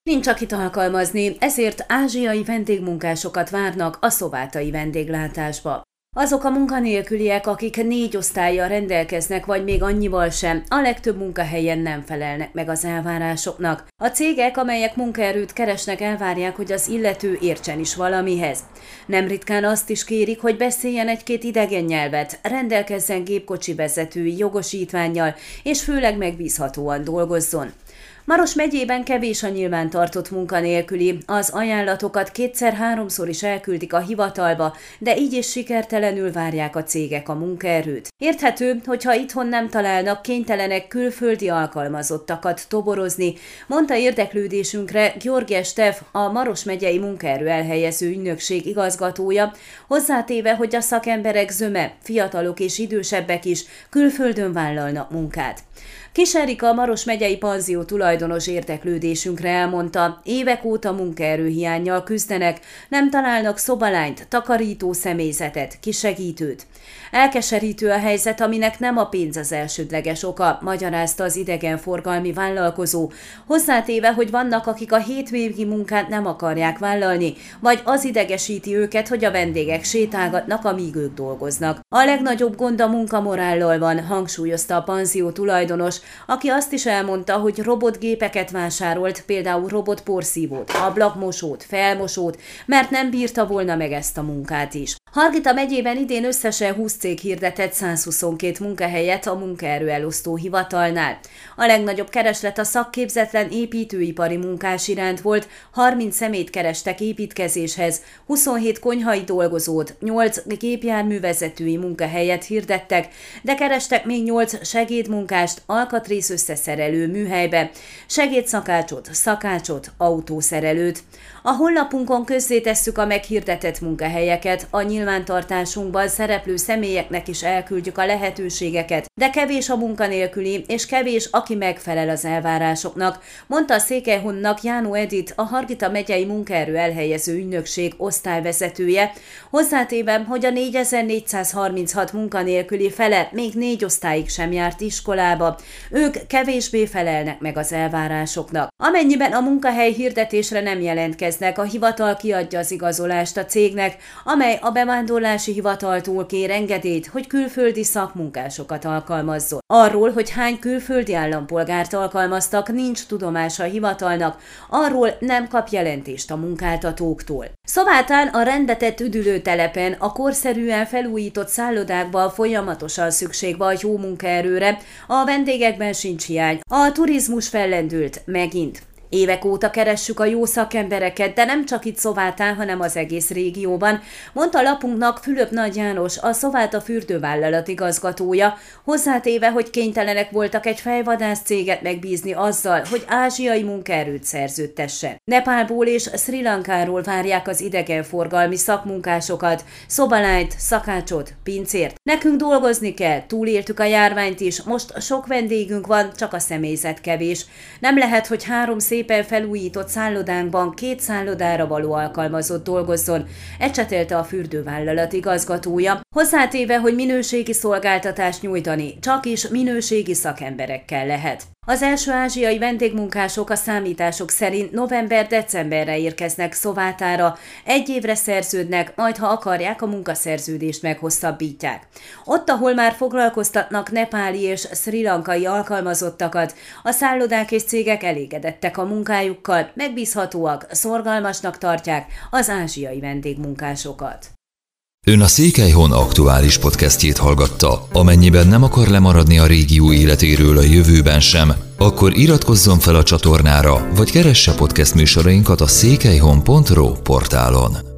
Nincs akit alkalmazni, ezért ázsiai vendégmunkásokat várnak a szovátai vendéglátásba. Azok a munkanélküliek, akik 4 osztállyal rendelkeznek, vagy még annyival sem, a legtöbb munkahelyen nem felelnek meg az elvárásoknak. A cégek, amelyek munkaerőt keresnek, elvárják, hogy az illető értsen is valamihez. Nem ritkán azt is kérik, hogy beszéljen 1-2 idegen nyelvet, rendelkezzen gépkocsi vezetői jogosítvánnyal, és főleg megbízhatóan dolgozzon. Maros megyében kevés a nyilvántartott munkanélküli, az ajánlatokat 2-3-szor is elküldik a hivatalba, de így is sikertelenül várják a cégek a munkaerőt. Érthető, hogyha itthon nem találnak, kénytelenek külföldi alkalmazottakat toborozni, mondta érdeklődésünkre György Stef, a Maros megyei munkaerő elhelyező ügynökség igazgatója, hozzátéve, hogy a szakemberek zöme, fiatalok és idősebbek is külföldön vállalnak munkát. Kis Erika, a Maros megyei panzió tulajdonos érdeklődésünkre elmondta, évek óta munkaerőhiánnyal küzdenek, nem találnak szobalányt, takarító személyzetet, kisegítőt. Elkeserítő a helyzet, aminek nem a pénz az elsődleges oka, magyarázta az idegenforgalmi vállalkozó, hozzátéve, hogy vannak, akik a hétvégi munkát nem akarják vállalni, vagy az idegesíti őket, hogy a vendégek sétálgatnak, amíg ők dolgoznak. A legnagyobb gond a munkamorállal van, hangsúlyozta a panzió tulajdonos, aki azt is elmondta, hogy robotgépeket vásárolt, például robotporszívót, ablakmosót, felmosót, mert nem bírta volna meg ezt a munkát is. Hargita megyében idén összesen 20 cég hirdetett 122 munkahelyet a munkaerőelosztó hivatalnál. A legnagyobb kereslet a szakképzetlen építőipari munkás iránt volt, 30 személyt kerestek építkezéshez, 27 konyhai dolgozót, 8 gépjárművezetői munkahelyet hirdettek, de kerestek még 8 segédmunkást alkatrész összeszerelő műhelybe, segédszakácsot, autószerelőt. A honlapunkon közzétesszük a meghirdetett munkahelyeket, a nyilvántartásunkban szereplő személyeknek is elküldjük a lehetőségeket, de kevés a munkanélküli, és kevés, aki megfelel az elvárásoknak, mondta a Székelyhonnak Jánó Edith, a Hargita megyei munkaerő elhelyező ügynökség osztályvezetője, hozzátéve, hogy a 4436 munkanélküli fele még 4 osztályig sem járt iskolába, ők kevésbé felelnek meg az elvárásoknak. Amennyiben a munkahely hirdetésre nem jelentkeznek, a hivatal kiadja az igazolást a cégnek, amely a bevándorlási hivataltól kér engedélyt, hogy külföldi szakmunkásokat alkalmazzon. Arról, hogy hány külföldi állampolgárt alkalmaztak, nincs tudomása a hivatalnak, arról nem kap jelentést a munkáltatóktól. Szovátán a rendbetett üdülőtelepen, a korszerűen felújított szállodákban folyamatosan szükség van jó munkaerőre, a vendégekben sincs hiány, a turizmus fellendült megint. Évek óta keressük a jó szakembereket, de nem csak itt Szovátán, hanem az egész régióban, mondta lapunknak Fülöp Nagy János, a Szováta fürdővállalat igazgatója, hozzátéve, hogy kénytelenek voltak egy fejvadász céget megbízni azzal, hogy ázsiai munkaerőt szerződtessen. Nepálból és Sri Lankáról várják az idegenforgalmi szakmunkásokat, szobalányt, szakácsot, pincért. Nekünk dolgozni kell, túléltük a járványt is, most sok vendégünk van, csak a személyzet kevés. Nem lehet, hogy 3 szépen felújított szállodánkban 2 szállodára való alkalmazott dolgozzon, ecsetelte a fürdővállalat igazgatója, hozzátéve, hogy minőségi szolgáltatást nyújtani csak is minőségi szakemberekkel lehet. Az első ázsiai vendégmunkások a számítások szerint november-decemberre érkeznek Szovátára, 1 évre szerződnek, majd ha akarják, a munkaszerződést meghosszabbítják. Ott, ahol már foglalkoztatnak nepáli és szri lankai alkalmazottakat, a szállodák és cégek elégedettek a munkájukkal, megbízhatóak, szorgalmasnak tartják az ázsiai vendégmunkásokat. Ön a Székelyhon aktuális podcastjét hallgatta. Amennyiben nem akar lemaradni a régió életéről a jövőben sem, akkor iratkozzon fel a csatornára, vagy keresse podcast műsorainkat a székelyhon.ro portálon.